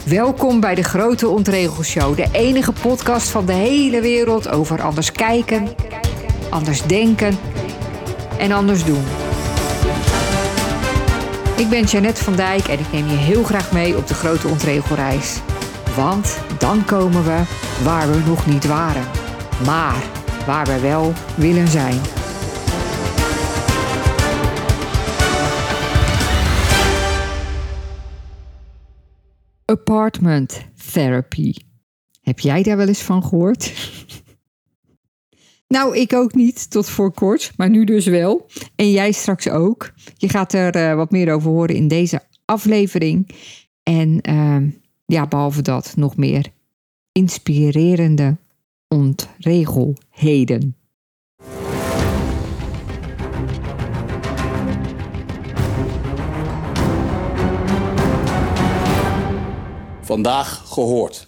Welkom bij de Grote Ontregelshow, de enige podcast van de hele wereld over anders kijken, anders denken en anders doen. Ik ben Jeannette van Dijk en ik neem je heel graag mee op de Grote Ontregelreis. Want dan komen we waar we nog niet waren, maar waar we wel willen zijn. Apartment therapy. Heb jij daar wel eens van gehoord? Nou, ik ook niet, tot voor kort, maar nu dus wel. En jij straks ook. Je gaat er wat meer over horen in deze aflevering. En behalve dat nog meer inspirerende ontregelheden. Vandaag gehoord.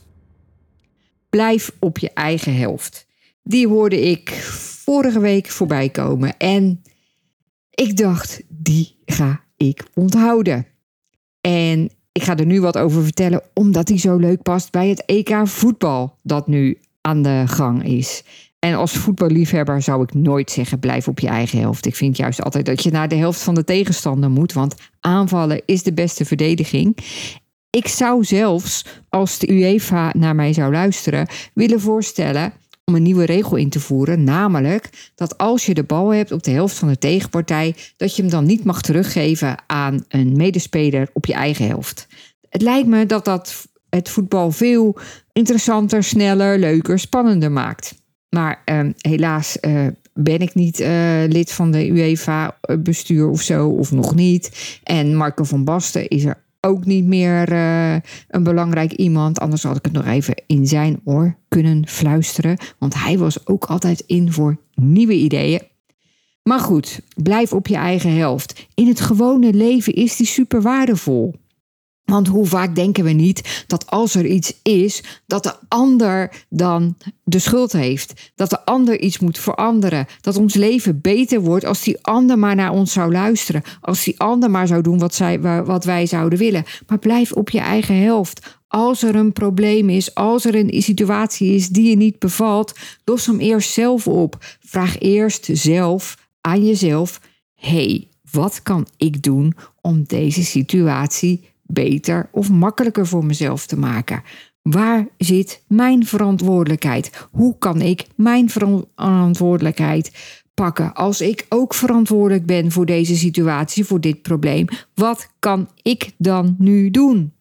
Blijf op je eigen helft. Die hoorde ik vorige week voorbij komen. En ik dacht, die ga ik onthouden. En ik ga er nu wat over vertellen, omdat die zo leuk past bij het EK voetbal dat nu aan de gang is. En als voetballiefhebber zou ik nooit zeggen, blijf op je eigen helft. Ik vind juist altijd dat je naar de helft van de tegenstander moet, want aanvallen is de beste verdediging. Ik zou zelfs, als de UEFA naar mij zou luisteren, willen voorstellen om een nieuwe regel in te voeren. Namelijk dat als je de bal hebt op de helft van de tegenpartij, dat je hem dan niet mag teruggeven aan een medespeler op je eigen helft. Het lijkt me dat het voetbal veel interessanter, sneller, leuker, spannender maakt. Maar helaas ben ik niet lid van de UEFA-bestuur of zo, of nog niet. En Marco van Basten is er ook niet meer een belangrijk iemand. Anders had ik het nog even in zijn oor kunnen fluisteren. Want hij was ook altijd in voor nieuwe ideeën. Maar goed, blijf op je eigen helft. In het gewone leven is die super waardevol. Want hoe vaak denken we niet dat als er iets is, dat de ander dan de schuld heeft. Dat de ander iets moet veranderen. Dat ons leven beter wordt als die ander maar naar ons zou luisteren. Als die ander maar zou doen wat wij zouden willen. Maar blijf op je eigen helft. Als er een probleem is, als er een situatie is die je niet bevalt, los hem eerst zelf op. Vraag eerst zelf aan jezelf, wat kan ik doen om deze situatie beter of makkelijker voor mezelf te maken? Waar zit mijn verantwoordelijkheid? Hoe kan ik mijn verantwoordelijkheid pakken? Als ik ook verantwoordelijk ben voor deze situatie, voor dit probleem, wat kan ik dan nu doen?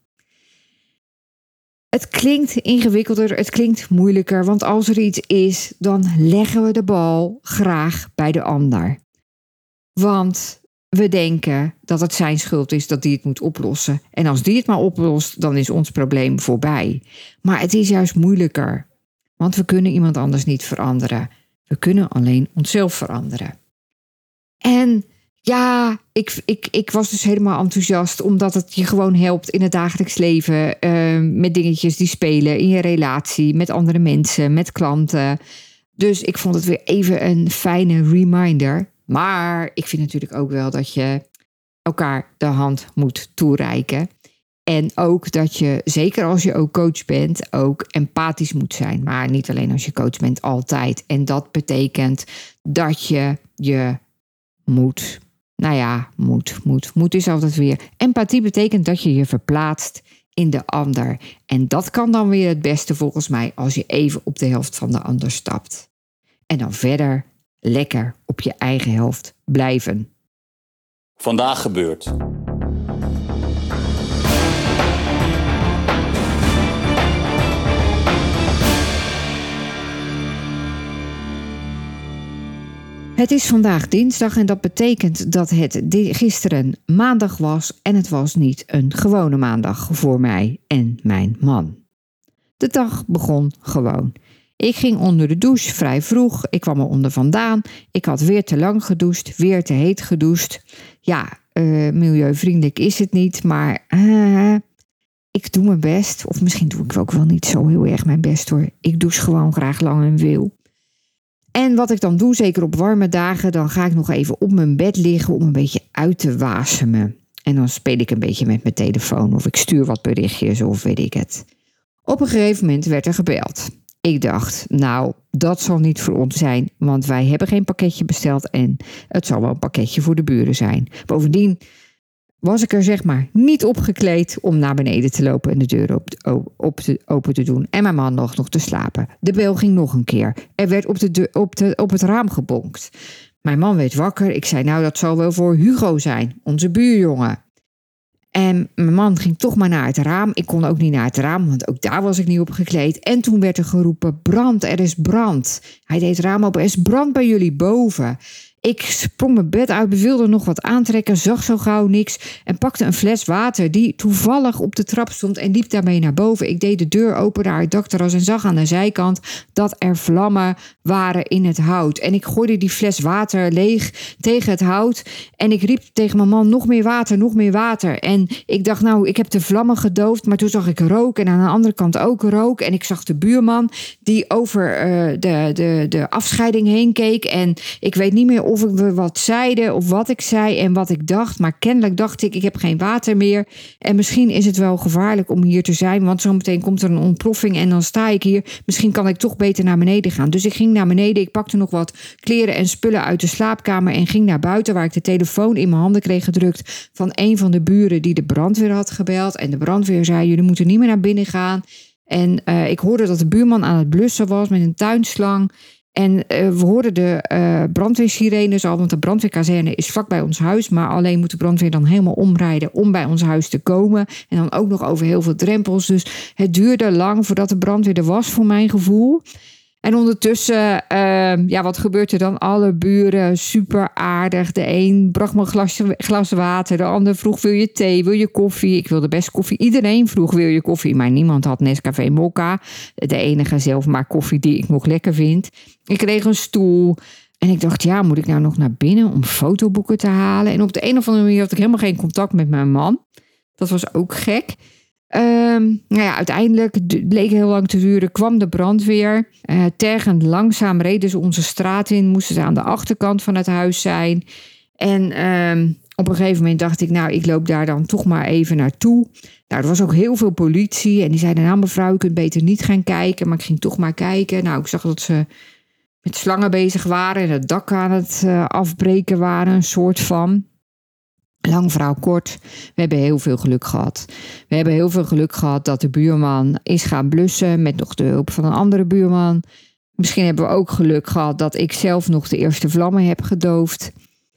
Het klinkt ingewikkelder, het klinkt moeilijker, want als er iets is, dan leggen we de bal graag bij de ander. Want we denken dat het zijn schuld is dat die het moet oplossen. En als die het maar oplost, dan is ons probleem voorbij. Maar het is juist moeilijker. Want we kunnen iemand anders niet veranderen. We kunnen alleen onszelf veranderen. En ja, ik was dus helemaal enthousiast, omdat het je gewoon helpt in het dagelijks leven. Met dingetjes die spelen in je relatie, met andere mensen, met klanten. Dus ik vond het weer even een fijne reminder. Maar ik vind natuurlijk ook wel dat je elkaar de hand moet toereiken. En ook dat je, zeker als je ook coach bent, ook empathisch moet zijn. Maar niet alleen als je coach bent, altijd. En dat betekent dat je moet. Moet is altijd weer. Empathie betekent dat je je verplaatst in de ander. En dat kan dan weer het beste volgens mij als je even op de helft van de ander stapt. En dan verder lekker op je eigen helft blijven. Vandaag gebeurt. Het is vandaag dinsdag en dat betekent dat het gisteren maandag was en het was niet een gewone maandag voor mij en mijn man. De dag begon gewoon. Ik ging onder de douche vrij vroeg. Ik kwam er onder vandaan. Ik had weer te lang gedoucht, weer te heet gedoucht. Ja, milieuvriendelijk is het niet, maar ik doe mijn best. Of misschien doe ik ook wel niet zo heel erg mijn best hoor. Ik douche gewoon graag lang en veel. En wat ik dan doe, zeker op warme dagen, dan ga ik nog even op mijn bed liggen om een beetje uit te wasemen. En dan speel ik een beetje met mijn telefoon of ik stuur wat berichtjes of weet ik het. Op een gegeven moment werd er gebeld. Ik dacht, nou, dat zal niet voor ons zijn, want wij hebben geen pakketje besteld en het zal wel een pakketje voor de buren zijn. Bovendien was ik er zeg maar niet opgekleed om naar beneden te lopen en de deur open te doen. En mijn man nog te slapen. De bel ging nog een keer. Er werd op het raam gebonkt. Mijn man werd wakker. Ik zei, nou, dat zal wel voor Hugo zijn, onze buurjongen. En mijn man ging toch maar naar het raam. Ik kon ook niet naar het raam, want ook daar was ik niet op gekleed. En toen werd er geroepen, brand, er is brand. Hij deed het raam open, er is brand bij jullie boven. Ik sprong mijn bed uit, wilde nog wat aantrekken, zag zo gauw niks en pakte een fles water die toevallig op de trap stond en liep daarmee naar boven. Ik deed de deur open naar het dakterras en zag aan de zijkant dat er vlammen waren in het hout. En ik gooide die fles water leeg tegen het hout en ik riep tegen mijn man, nog meer water, nog meer water. En ik dacht, nou, ik heb de vlammen gedoofd, maar toen zag ik rook en aan de andere kant ook rook. En ik zag de buurman die over de afscheiding heen keek en ik weet niet meer of we wat zeiden of wat ik zei en wat ik dacht. Maar kennelijk dacht ik heb geen water meer. En misschien is het wel gevaarlijk om hier te zijn. Want zometeen komt er een ontploffing en dan sta ik hier. Misschien kan ik toch beter naar beneden gaan. Dus ik ging naar beneden. Ik pakte nog wat kleren en spullen uit de slaapkamer en ging naar buiten waar ik de telefoon in mijn handen kreeg gedrukt van een van de buren die de brandweer had gebeld. En de brandweer zei, jullie moeten niet meer naar binnen gaan. En ik hoorde dat de buurman aan het blussen was met een tuinslang. En we hoorden de brandweersirenes al, want de brandweerkazerne is vlak bij ons huis. Maar alleen moet de brandweer dan helemaal omrijden om bij ons huis te komen. En dan ook nog over heel veel drempels. Dus het duurde lang voordat de brandweer er was, voor mijn gevoel. En ondertussen, wat gebeurt er dan? Alle buren, super aardig. De een bracht me een glas water. De ander vroeg, wil je thee, wil je koffie? Ik wilde best koffie. Iedereen vroeg, wil je koffie? Maar niemand had Nescafé Mokka. De enige zelf maar koffie die ik nog lekker vind. Ik kreeg een stoel. En ik dacht, ja, moet ik nou nog naar binnen om fotoboeken te halen? En op de een of andere manier had ik helemaal geen contact met mijn man. Dat was ook gek. Uiteindelijk bleek heel lang te duren, kwam de brandweer. Tergend langzaam reden ze onze straat in, moesten ze aan de achterkant van het huis zijn. En op een gegeven moment dacht ik, nou, ik loop daar dan toch maar even naartoe. Nou, er was ook heel veel politie en die zeiden, nou mevrouw, u kunt beter niet gaan kijken. Maar ik ging toch maar kijken. Nou, ik zag dat ze met slangen bezig waren en het dak aan het afbreken waren, een soort van. Lang verhaal kort, we hebben heel veel geluk gehad. We hebben heel veel geluk gehad dat de buurman is gaan blussen met nog de hulp van een andere buurman. Misschien hebben we ook geluk gehad dat ik zelf nog de eerste vlammen heb gedoofd.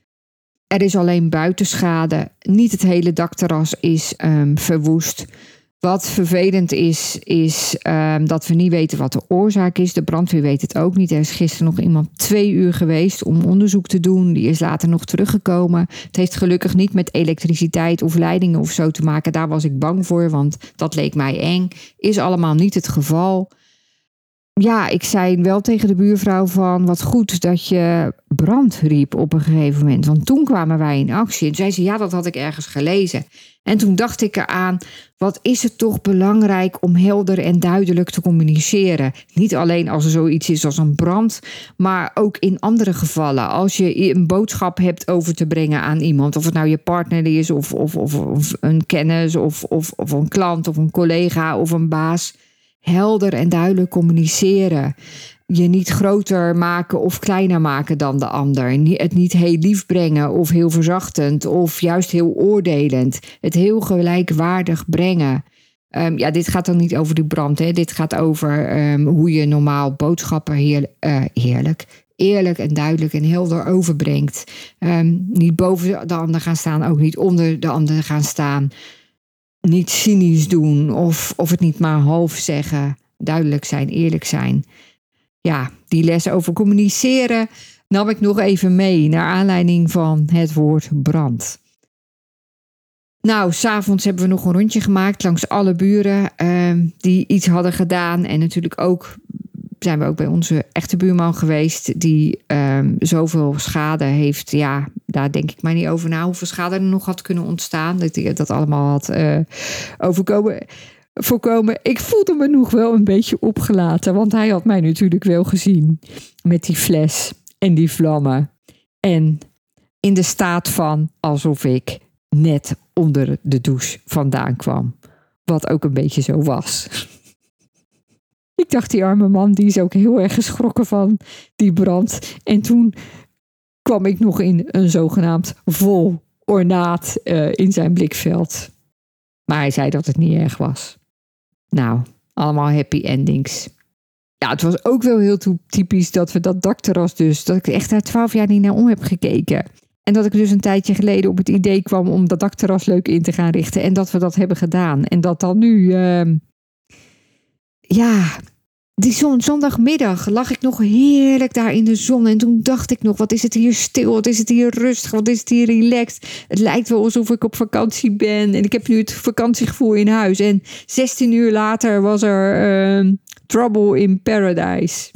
Er is alleen buitenschade. Niet het hele dakterras is verwoest. Wat vervelend is dat we niet weten wat de oorzaak is. De brandweer weet het ook niet. Er is gisteren nog iemand 2 uur geweest om onderzoek te doen. Die is later nog teruggekomen. Het heeft gelukkig niet met elektriciteit of leidingen of zo te maken. Daar was ik bang voor, want dat leek mij eng. Is allemaal niet het geval. Ja, ik zei wel tegen de buurvrouw van, wat goed dat je brand riep op een gegeven moment. Want toen kwamen wij in actie. En zei ze, ja, dat had ik ergens gelezen. En toen dacht ik eraan, wat is het toch belangrijk om helder en duidelijk te communiceren. Niet alleen als er zoiets is als een brand, maar ook in andere gevallen. Als je een boodschap hebt over te brengen aan iemand, of het nou je partner is, of een kennis, of een klant, of een collega, of een baas. Helder en duidelijk communiceren. Je niet groter maken of kleiner maken dan de ander. Het niet heel lief brengen of heel verzachtend of juist heel oordelend. Het heel gelijkwaardig brengen. Dit gaat dan niet over die brand. Hè. Dit gaat over hoe je normaal boodschappen eerlijk en duidelijk en helder overbrengt. Niet boven de ander gaan staan, ook niet onder de ander gaan staan. Niet cynisch doen of het niet maar half zeggen. Duidelijk zijn, eerlijk zijn. Ja, die les over communiceren nam ik nog even mee naar aanleiding van het woord brand. Nou, 's avonds hebben we nog een rondje gemaakt langs alle buren die iets hadden gedaan. En natuurlijk ook zijn we ook bij onze echte buurman geweest die zoveel schade heeft. Ja, daar denk ik maar niet over na hoeveel schade er nog had kunnen ontstaan. Dat hij dat allemaal had voorkomen. Ik voelde me nog wel een beetje opgelaten, want hij had mij natuurlijk wel gezien met die fles en die vlammen. En in de staat van alsof ik net onder de douche vandaan kwam. Wat ook een beetje zo was. Ik dacht, die arme man, die is ook heel erg geschrokken van die brand. En toen kwam ik nog in een zogenaamd vol ornaat in zijn blikveld. Maar hij zei dat het niet erg was. Nou, allemaal happy endings. Ja, het was ook wel heel typisch dat we dat dakterras dus, dat ik echt daar 12 jaar niet naar om heb gekeken. En dat ik dus een tijdje geleden op het idee kwam om dat dakterras leuk in te gaan richten. En dat we dat hebben gedaan. En dat dan nu, die zondagmiddag lag ik nog heerlijk daar in de zon. En toen dacht ik nog, wat is het hier stil, wat is het hier rustig, wat is het hier relaxed. Het lijkt wel alsof ik op vakantie ben. En ik heb nu het vakantiegevoel in huis. En 16 uur later was er trouble in paradise.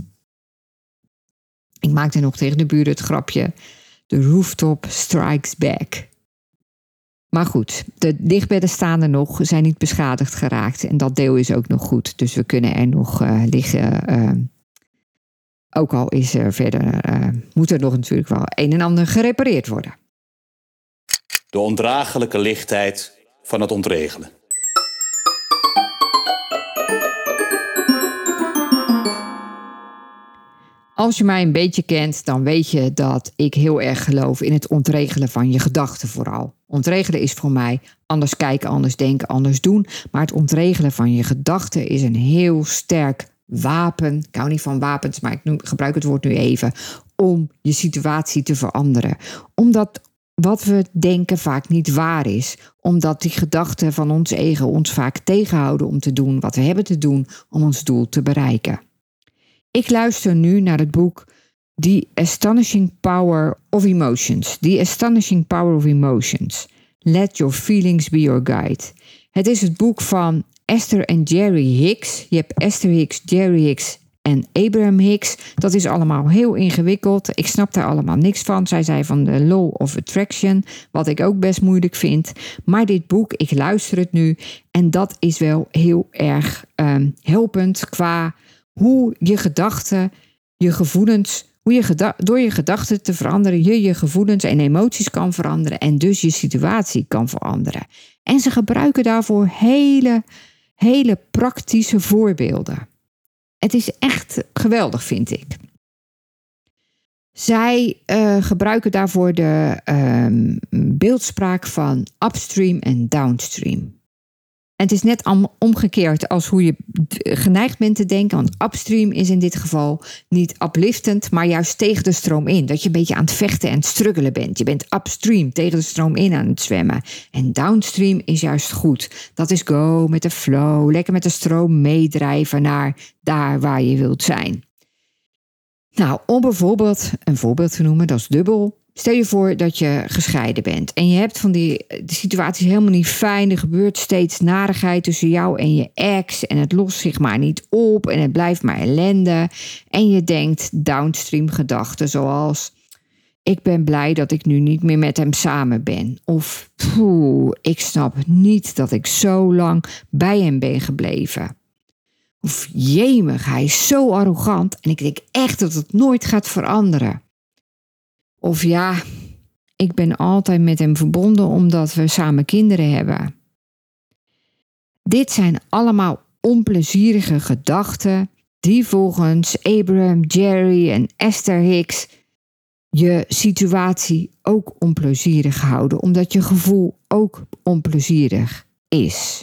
Ik maakte nog tegen de buren het grapje, de rooftop strikes back. Maar goed, de lichtbedden staan er nog, zijn niet beschadigd geraakt. En dat deel is ook nog goed. Dus we kunnen er nog liggen. Ook al is er verder, moet er nog natuurlijk wel een en ander gerepareerd worden. De ondraaglijke lichtheid van het ontregelen. Als je mij een beetje kent, dan weet je dat ik heel erg geloof in het ontregelen van je gedachten vooral. Ontregelen is voor mij anders kijken, anders denken, anders doen. Maar het ontregelen van je gedachten is een heel sterk wapen. Ik hou niet van wapens, maar ik gebruik het woord nu even. Om je situatie te veranderen. Omdat wat we denken vaak niet waar is. Omdat die gedachten van ons ego ons vaak tegenhouden om te doen wat we hebben te doen om ons doel te bereiken. Ik luister nu naar het boek The Astonishing Power of Emotions. The Astonishing Power of Emotions. Let Your Feelings Be Your Guide. Het is het boek van Esther en Jerry Hicks. Je hebt Esther Hicks, Jerry Hicks en Abraham Hicks. Dat is allemaal heel ingewikkeld. Ik snap daar allemaal niks van. Zij zei van de Law of Attraction, wat ik ook best moeilijk vind. Maar dit boek, ik luister het nu. En dat is wel heel erg helpend qua hoe je gedachten, je gevoelens, door je gedachten te veranderen, je gevoelens en emoties kan veranderen en dus je situatie kan veranderen. En ze gebruiken daarvoor hele praktische voorbeelden. Het is echt geweldig, vind ik. Zij gebruiken daarvoor de beeldspraak van upstream en downstream. En het is net omgekeerd als hoe je geneigd bent te denken. Want upstream is in dit geval niet upliftend, maar juist tegen de stroom in. Dat je een beetje aan het vechten en het struggelen bent. Je bent upstream, tegen de stroom in aan het zwemmen. En downstream is juist goed. Dat is go met de flow, lekker met de stroom meedrijven naar daar waar je wilt zijn. Nou, om bijvoorbeeld een voorbeeld te noemen, dat is dubbel. Stel je voor dat je gescheiden bent en je hebt van de situatie is helemaal niet fijn. Er gebeurt steeds narigheid tussen jou en je ex en het lost zich maar niet op en het blijft maar ellende. En je denkt downstream gedachten zoals, ik ben blij dat ik nu niet meer met hem samen ben. Of, ik snap niet dat ik zo lang bij hem ben gebleven. Of, jemig, hij is zo arrogant en ik denk echt dat het nooit gaat veranderen. Of ja, ik ben altijd met hem verbonden omdat we samen kinderen hebben. Dit zijn allemaal onplezierige gedachten die volgens Abraham, Jerry en Esther Hicks je situatie ook onplezierig houden, omdat je gevoel ook onplezierig is.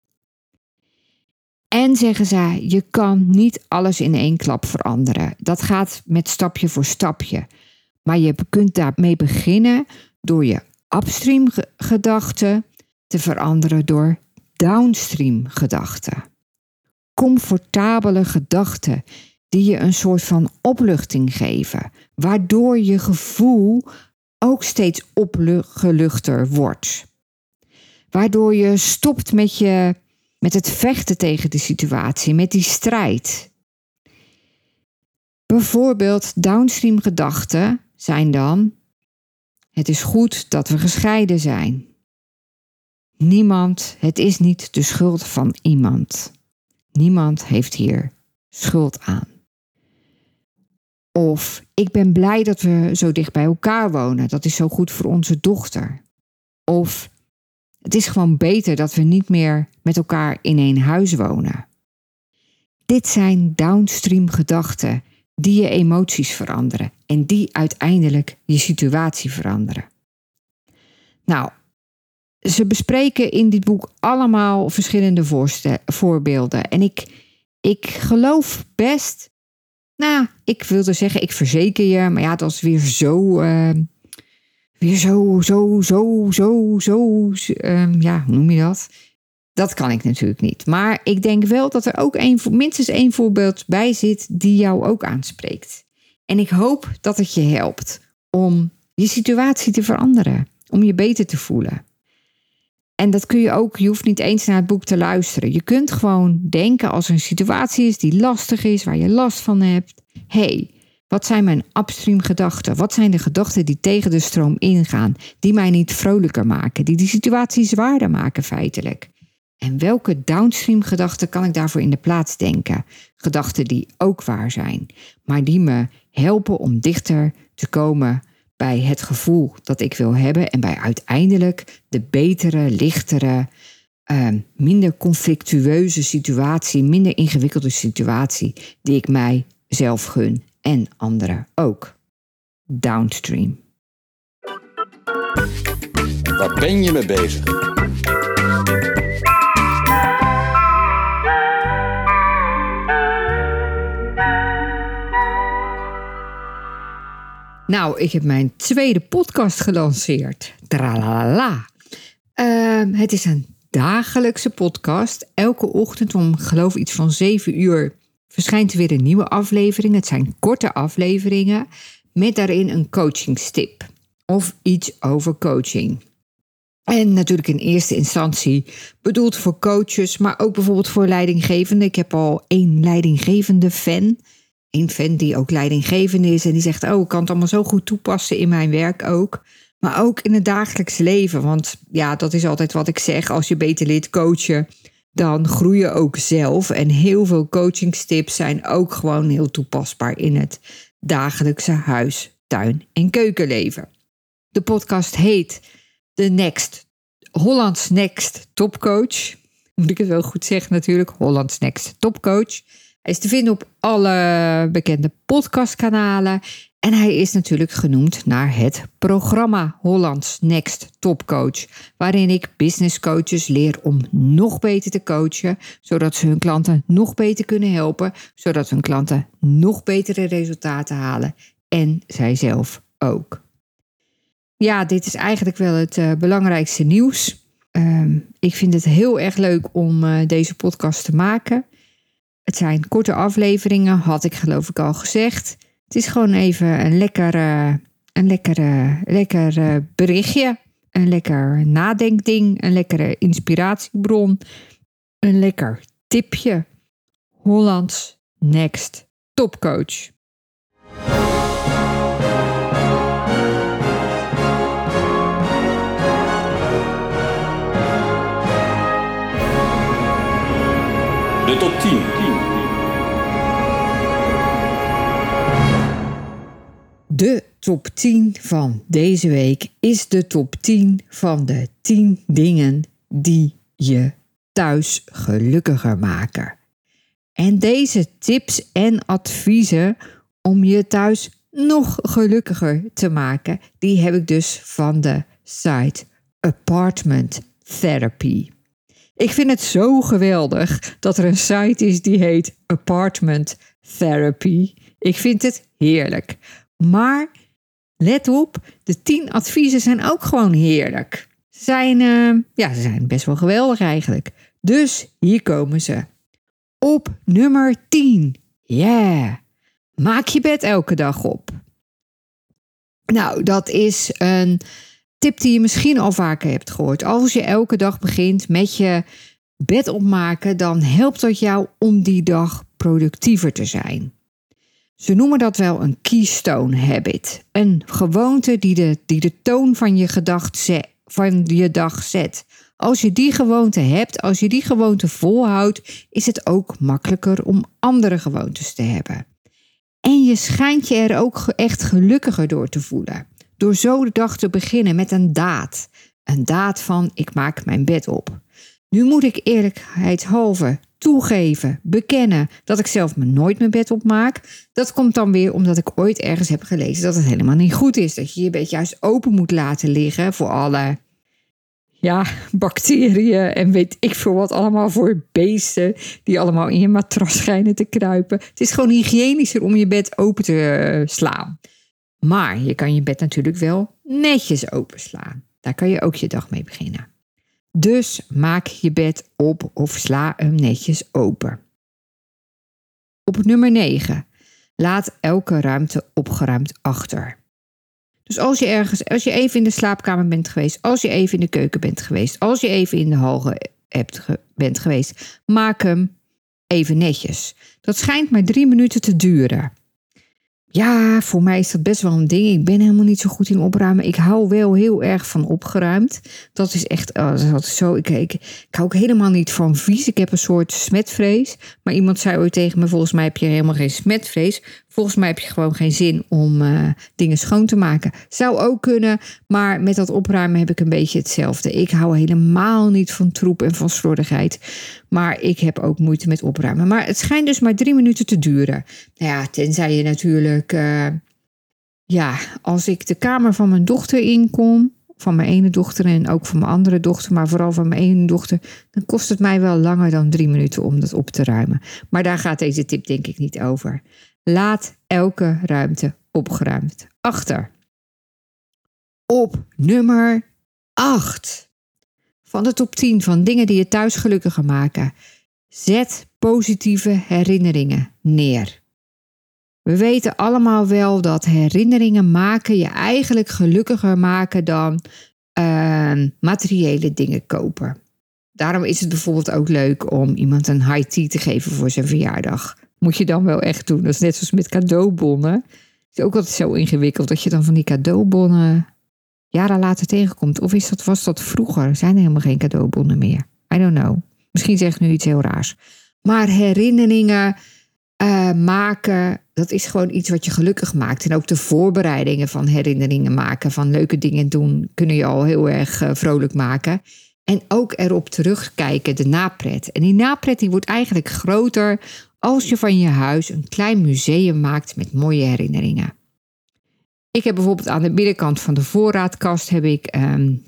En zeggen zij, je kan niet alles in één klap veranderen. Dat gaat met stapje voor stapje. Maar je kunt daarmee beginnen door je upstream gedachten te veranderen door downstream gedachten. Comfortabele gedachten die je een soort van opluchting geven, waardoor je gevoel ook steeds opgeluchter wordt. Waardoor je stopt met het vechten tegen de situatie, met die strijd. Bijvoorbeeld downstream gedachten zijn dan, het is goed dat we gescheiden zijn. Het is niet de schuld van iemand. Niemand heeft hier schuld aan. Of, ik ben blij dat we zo dicht bij elkaar wonen. Dat is zo goed voor onze dochter. Of, Het is gewoon beter dat we niet meer met elkaar in één huis wonen. Dit zijn downstream gedachten die je emoties veranderen en die uiteindelijk je situatie veranderen. Nou, ze bespreken in dit boek allemaal verschillende voorbeelden. En ik geloof best, ik wilde zeggen, ik verzeker je, maar ja, dat is weer zo, hoe noem je dat? Dat kan ik natuurlijk niet. Maar ik denk wel dat er ook minstens één voorbeeld bij zit die jou ook aanspreekt. En ik hoop dat het je helpt om je situatie te veranderen. Om je beter te voelen. En dat kun je ook, je hoeft niet eens naar het boek te luisteren. Je kunt gewoon denken als er een situatie is die lastig is, waar je last van hebt. Wat zijn mijn upstream gedachten? Wat zijn de gedachten die tegen de stroom ingaan? Die mij niet vrolijker maken? Die situatie zwaarder maken feitelijk? En welke downstream gedachten kan ik daarvoor in de plaats denken? Gedachten die ook waar zijn, maar die me helpen om dichter te komen bij het gevoel dat ik wil hebben en bij uiteindelijk de betere, lichtere, minder conflictueuze situatie, minder ingewikkelde situatie die ik mijzelf gun en anderen ook. Downstream. Waar ben je mee bezig? Nou, ik heb mijn tweede podcast gelanceerd. Tralala. Het is een dagelijkse podcast. Elke ochtend om, geloof ik, iets van 7 uur verschijnt er weer een nieuwe aflevering. Het zijn korte afleveringen met daarin een coachingstip of iets over coaching. En natuurlijk in eerste instantie bedoeld voor coaches, maar ook bijvoorbeeld voor leidinggevenden. Ik heb al 1 leidinggevende fan. Een fan die ook leidinggevende is en die zegt, ik kan het allemaal zo goed toepassen in mijn werk ook. Maar ook in het dagelijks leven, want ja, dat is altijd wat ik zeg. Als je beter leert coachen, dan groei je ook zelf. En heel veel coachingstips zijn ook gewoon heel toepasbaar in het dagelijkse huis, tuin en keukenleven. De podcast heet Holland's Next Topcoach. Moet ik het wel goed zeggen natuurlijk, Holland's Next Topcoach. Hij is te vinden op alle bekende podcastkanalen. En hij is natuurlijk genoemd naar het programma Holland's Next Topcoach. Waarin ik businesscoaches leer om nog beter te coachen. Zodat ze hun klanten nog beter kunnen helpen. Zodat hun klanten nog betere resultaten halen. En zijzelf ook. Ja, dit is eigenlijk wel het belangrijkste nieuws. Ik vind het heel erg leuk om deze podcast te maken. Het zijn korte afleveringen, had ik geloof ik al gezegd. Het is gewoon even een lekker berichtje. Een lekker nadenkding, een lekkere inspiratiebron. Een lekker tipje. Holland's Next Topcoach. De top 10. De top 10 van deze week is de top 10 van de 10 dingen die je thuis gelukkiger maken. En deze tips en adviezen om je thuis nog gelukkiger te maken, die heb ik dus van de site Apartment Therapy. Ik vind het zo geweldig dat er een site is die heet Apartment Therapy. Ik vind het heerlijk. Maar let op, de 10 adviezen zijn ook gewoon heerlijk. Ze zijn best wel geweldig eigenlijk. Dus hier komen ze. Op nummer 10. Maak je bed elke dag op. Nou, dat is een tip die je misschien al vaker hebt gehoord. Als je elke dag begint met je bed opmaken, dan helpt dat jou om die dag productiever te zijn. Ze noemen dat wel een keystone habit. Een gewoonte die de toon van je dag zet. Als je die gewoonte hebt, als je die gewoonte volhoudt, is het ook makkelijker om andere gewoontes te hebben. En je schijnt je er ook echt gelukkiger door te voelen. Door zo de dag te beginnen met een daad. een daad van ik maak mijn bed op. Nu moet ik eerlijkheidshalve toegeven, bekennen dat ik zelf me nooit mijn bed opmaak. Dat komt dan weer omdat ik ooit ergens heb gelezen dat het helemaal niet goed is. Dat je je bed juist open moet laten liggen voor alle bacteriën en weet ik veel wat allemaal voor beesten die allemaal in je matras schijnen te kruipen. Het is gewoon hygiënischer om je bed open te slaan. Maar je kan je bed natuurlijk wel netjes openslaan. Daar kan je ook je dag mee beginnen. Dus maak je bed op of sla hem netjes open. Op nummer 9. Laat elke ruimte opgeruimd achter. Dus als je even in de slaapkamer bent geweest, als je even in de keuken bent geweest, als je even in de hal bent geweest, maak hem even netjes. Dat schijnt maar 3 minuten te duren. Ja, voor mij is dat best wel een ding. Ik ben helemaal niet zo goed in opruimen. Ik hou wel heel erg van opgeruimd. Dat is echt dat is zo. Ik hou ook helemaal niet van vies. Ik heb een soort smetvrees. Maar iemand zei ooit tegen me, volgens mij heb je helemaal geen smetvrees. Volgens mij heb je gewoon geen zin om dingen schoon te maken. Zou ook kunnen, maar met dat opruimen heb ik een beetje hetzelfde. Ik hou helemaal niet van troep en van slordigheid. Maar ik heb ook moeite met opruimen. Maar het schijnt dus maar 3 minuten te duren. Nou ja, tenzij je natuurlijk als ik de kamer van mijn dochter inkom, van mijn ene dochter en ook van mijn andere dochter, maar vooral van mijn ene dochter, dan kost het mij wel langer dan 3 minuten om dat op te ruimen. Maar daar gaat deze tip denk ik niet over. Laat elke ruimte opgeruimd achter. Op nummer 8 van de top 10 van dingen die je thuis gelukkiger maken. Zet positieve herinneringen neer. We weten allemaal wel dat herinneringen maken je eigenlijk gelukkiger maken dan materiële dingen kopen. Daarom is het bijvoorbeeld ook leuk om iemand een high tea te geven voor zijn verjaardag. Moet je dan wel echt doen. Dat is net zoals met cadeaubonnen. Het is ook altijd zo ingewikkeld dat je dan van die cadeaubonnen jaren later tegenkomt. Of was dat vroeger? Zijn er helemaal geen cadeaubonnen meer? I don't know. Misschien zeg ik nu iets heel raars. Maar herinneringen maken, dat is gewoon iets wat je gelukkig maakt. En ook de voorbereidingen van herinneringen maken, van leuke dingen doen, kunnen je al heel erg vrolijk maken. En ook erop terugkijken, de napret. En die napret die wordt eigenlijk groter als je van je huis een klein museum maakt met mooie herinneringen. Ik heb bijvoorbeeld aan de binnenkant van de voorraadkast heb ik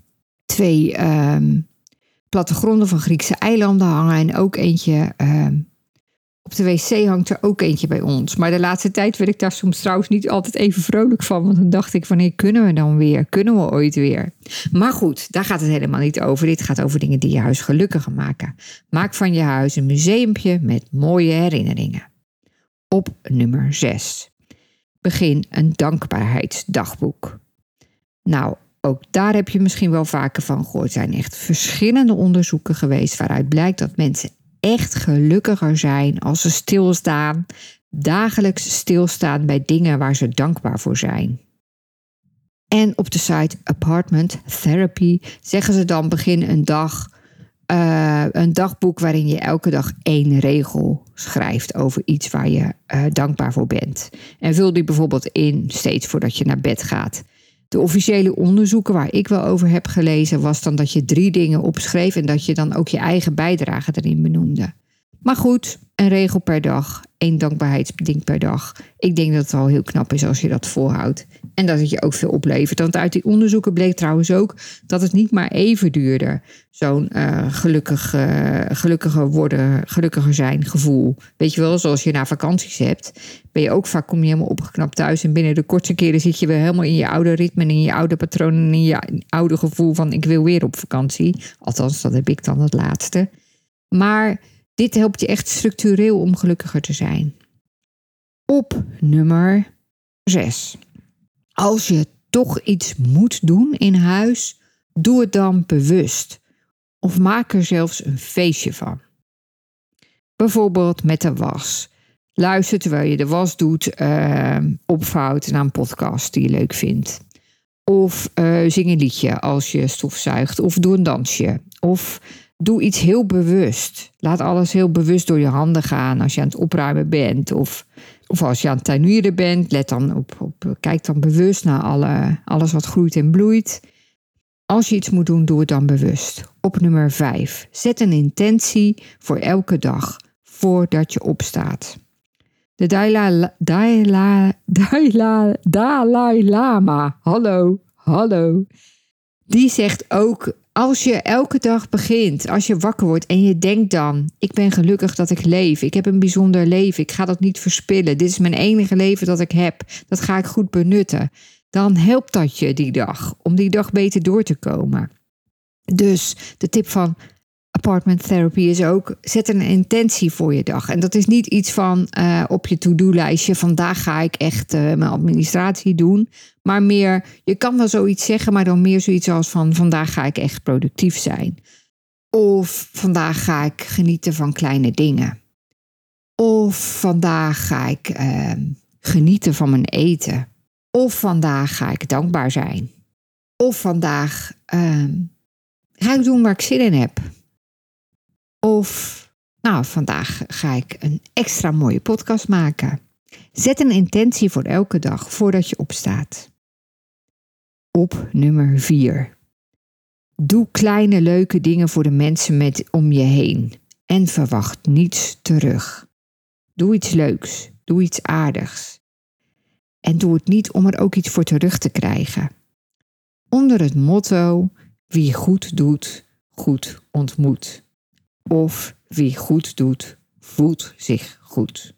2 plattegronden van Griekse eilanden hangen. En ook eentje op de wc hangt er ook eentje bij ons. Maar de laatste tijd werd ik daar soms trouwens niet altijd even vrolijk van. Want dan dacht ik, wanneer kunnen we dan weer? Kunnen we ooit weer? Maar goed, daar gaat het helemaal niet over. Dit gaat over dingen die je huis gelukkiger maken. Maak van je huis een museumpje met mooie herinneringen. Op nummer 6. Begin een dankbaarheidsdagboek. Nou, ook daar heb je misschien wel vaker van gehoord. Er zijn echt verschillende onderzoeken geweest waaruit blijkt dat mensen echt gelukkiger zijn als ze stilstaan, dagelijks stilstaan bij dingen waar ze dankbaar voor zijn. En op de site Apartment Therapy zeggen ze dan begin een dagboek waarin je elke dag 1 regel schrijft over iets waar je dankbaar voor bent. En vul die bijvoorbeeld in steeds voordat je naar bed gaat. De officiële onderzoeken waar ik wel over heb gelezen was dan dat je 3 dingen opschreef en dat je dan ook je eigen bijdrage erin benoemde. Maar goed, een regel per dag, 1 dankbaarheidsding per dag. Ik denk dat het al heel knap is als je dat volhoudt. En dat het je ook veel oplevert. Want uit die onderzoeken bleek trouwens ook dat het niet maar even duurde. Zo'n gelukkiger zijn gevoel. Weet je wel, zoals je na vakanties hebt. Ben je ook vaak, kom je helemaal opgeknapt thuis. En binnen de kortste keren zit je weer helemaal in je oude ritme. En in je oude patronen. En in je oude gevoel van ik wil weer op vakantie. Althans, dat heb ik dan het laatste. Maar dit helpt je echt structureel om gelukkiger te zijn. Op nummer 6. Als je toch iets moet doen in huis, doe het dan bewust. Of maak er zelfs een feestje van. Bijvoorbeeld met de was. Luister terwijl je de was doet, opvouwt naar een podcast die je leuk vindt. Of zing een liedje als je stofzuigt. Of doe een dansje. Of doe iets heel bewust. Laat alles heel bewust door je handen gaan als je aan het opruimen bent. Of als je aan het tuinieren bent. Kijk dan bewust naar alles wat groeit en bloeit. Als je iets moet doen, doe het dan bewust. Op nummer 5. Zet een intentie voor elke dag voordat je opstaat. De Dalai Lama, hallo. Die zegt ook, als je elke dag begint, als je wakker wordt en je denkt dan, ik ben gelukkig dat ik leef, ik heb een bijzonder leven, ik ga dat niet verspillen, dit is mijn enige leven dat ik heb, dat ga ik goed benutten. Dan helpt dat je die dag, om die dag beter door te komen. Dus de tip van Apartment Therapy is ook, zet een intentie voor je dag. En dat is niet iets van op je to-do-lijstje, vandaag ga ik echt mijn administratie doen. Maar meer, je kan wel zoiets zeggen, maar dan meer zoiets als van, vandaag ga ik echt productief zijn. Of vandaag ga ik genieten van kleine dingen. Of vandaag ga ik genieten van mijn eten. Of vandaag ga ik dankbaar zijn. Of vandaag ga ik doen waar ik zin in heb. Of vandaag ga ik een extra mooie podcast maken. Zet een intentie voor elke dag voordat je opstaat. Op nummer 4. Doe kleine leuke dingen voor de mensen om je heen. En verwacht niets terug. Doe iets leuks. Doe iets aardigs. En doe het niet om er ook iets voor terug te krijgen. Onder het motto, wie goed doet, goed ontmoet. Of wie goed doet, voelt zich goed.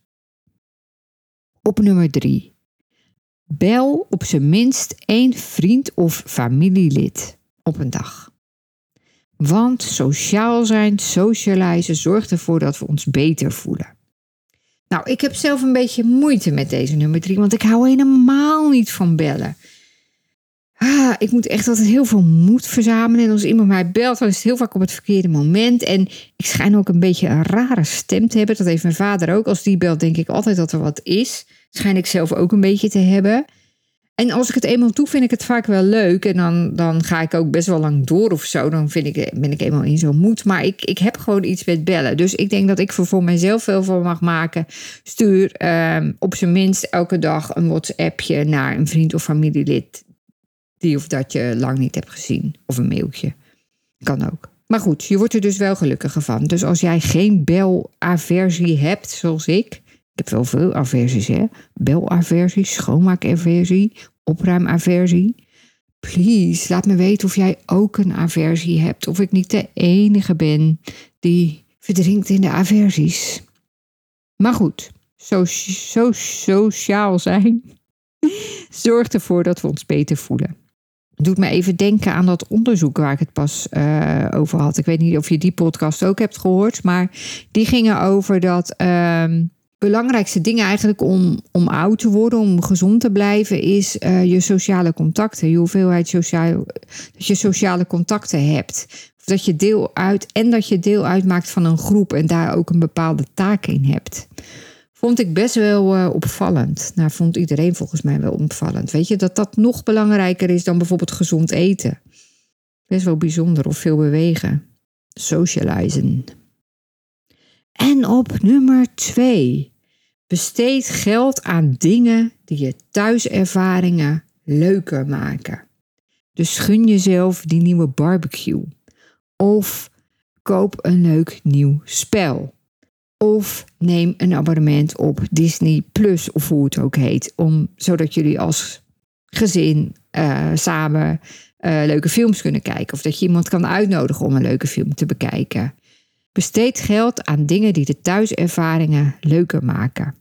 Op nummer 3. Bel op zijn minst 1 vriend of familielid op een dag. Want sociaal zijn, socializen, zorgt ervoor dat we ons beter voelen. Nou, ik heb zelf een beetje moeite met deze nummer 3, want ik hou helemaal niet van bellen. Ik moet echt altijd heel veel moed verzamelen. En als iemand mij belt, dan is het heel vaak op het verkeerde moment. En ik schijn ook een beetje een rare stem te hebben. Dat heeft mijn vader ook. Als die belt, denk ik altijd dat er wat is. Schijn ik zelf ook een beetje te hebben. En als ik het eenmaal doe, vind ik het vaak wel leuk. En dan ga ik ook best wel lang door of zo. Dan ben ik eenmaal in zo'n moed. Maar ik heb gewoon iets met bellen. Dus ik denk dat ik voor mezelf veel van mag maken. Stuur op zijn minst elke dag een WhatsAppje naar een vriend of familielid. Die of dat je lang niet hebt gezien. Of een mailtje. Kan ook. Maar goed, je wordt er dus wel gelukkiger van. Dus als jij geen belaversie hebt, zoals ik. Ik heb wel veel aversies, hè. Belaversie, schoonmaakaversie, opruimaversie. Please, laat me weten of jij ook een aversie hebt. Of ik niet de enige ben die verdrinkt in de aversies. Maar goed, sociaal zijn zorgt ervoor dat we ons beter voelen. Het doet me even denken aan dat onderzoek waar ik het pas over had. Ik weet niet of je die podcast ook hebt gehoord. Maar die gingen over dat belangrijkste dingen eigenlijk om oud te worden, om gezond te blijven, is je sociale contacten. Je hoeveelheid dat je sociale contacten hebt. Of dat je deel uitmaakt van een groep en daar ook een bepaalde taak in hebt. Vond ik best wel opvallend. Nou, vond iedereen volgens mij wel opvallend. Weet je, dat nog belangrijker is dan bijvoorbeeld gezond eten. Best wel bijzonder, of veel bewegen. Socializen. En op nummer 2. Besteed geld aan dingen die je thuiservaringen leuker maken. Dus gun jezelf die nieuwe barbecue. Of koop een leuk nieuw spel. Of neem een abonnement op Disney Plus, of hoe het ook heet. Zodat jullie als gezin samen leuke films kunnen kijken. Of dat je iemand kan uitnodigen om een leuke film te bekijken. Besteed geld aan dingen die de thuiservaringen leuker maken.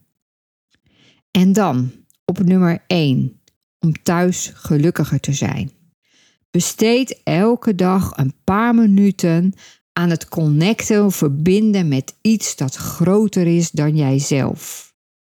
En dan op nummer 1. Om thuis gelukkiger te zijn. Besteed elke dag een paar minuten aan het connecten of verbinden met iets dat groter is dan jijzelf.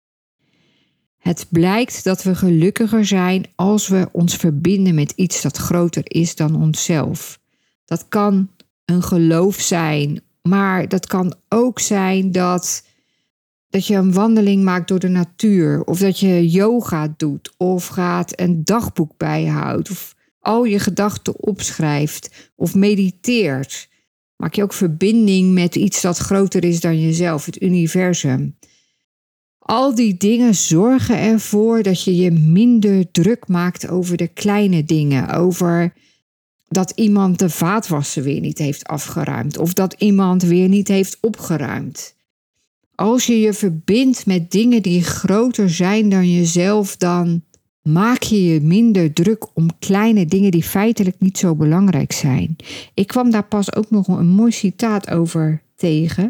Het blijkt dat we gelukkiger zijn als we ons verbinden met iets dat groter is dan onszelf. Dat kan een geloof zijn, maar dat kan ook zijn dat je een wandeling maakt door de natuur. Of dat je yoga doet of gaat een dagboek bijhoudt. Of al je gedachten opschrijft of mediteert. Maak je ook verbinding met iets dat groter is dan jezelf, het universum. Al die dingen zorgen ervoor dat je je minder druk maakt over de kleine dingen. Over dat iemand de vaatwasser weer niet heeft afgeruimd. Of dat iemand weer niet heeft opgeruimd. Als je je verbindt met dingen die groter zijn dan jezelf, dan maak je je minder druk om kleine dingen die feitelijk niet zo belangrijk zijn. Ik kwam daar pas ook nog een mooi citaat over tegen.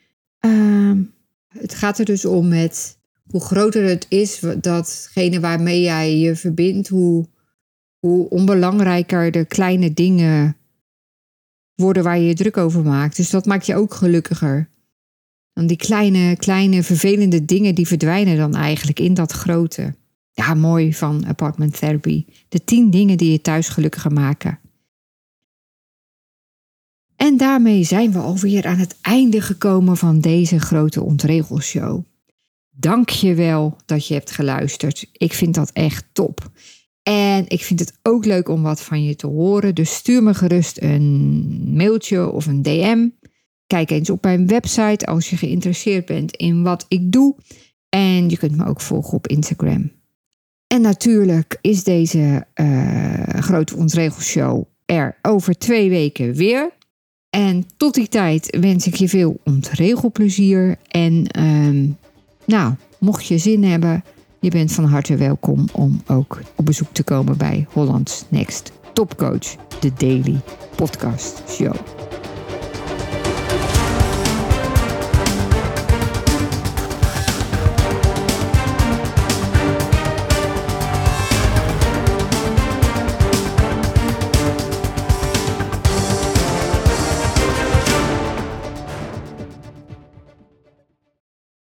Het gaat er dus om met hoe groter het is, datgene waarmee jij je verbindt, hoe onbelangrijker de kleine dingen worden waar je je druk over maakt. Dus dat maakt je ook gelukkiger. Dan die kleine vervelende dingen die verdwijnen dan eigenlijk in dat grote. Ja, mooi van Apartment Therapy. De 10 dingen die je thuis gelukkiger maken. En daarmee zijn we alweer aan het einde gekomen van deze grote ontregelshow. Dank je wel dat je hebt geluisterd. Ik vind dat echt top. En ik vind het ook leuk om wat van je te horen. Dus stuur me gerust een mailtje of een DM. Kijk eens op mijn website als je geïnteresseerd bent in wat ik doe. En je kunt me ook volgen op Instagram. En natuurlijk is deze grote ontregelshow er over 2 weken weer. En tot die tijd wens ik je veel ontregelplezier. En mocht je zin hebben, je bent van harte welkom om ook op bezoek te komen bij Holland's Next Topcoach, de Daily Podcast Show.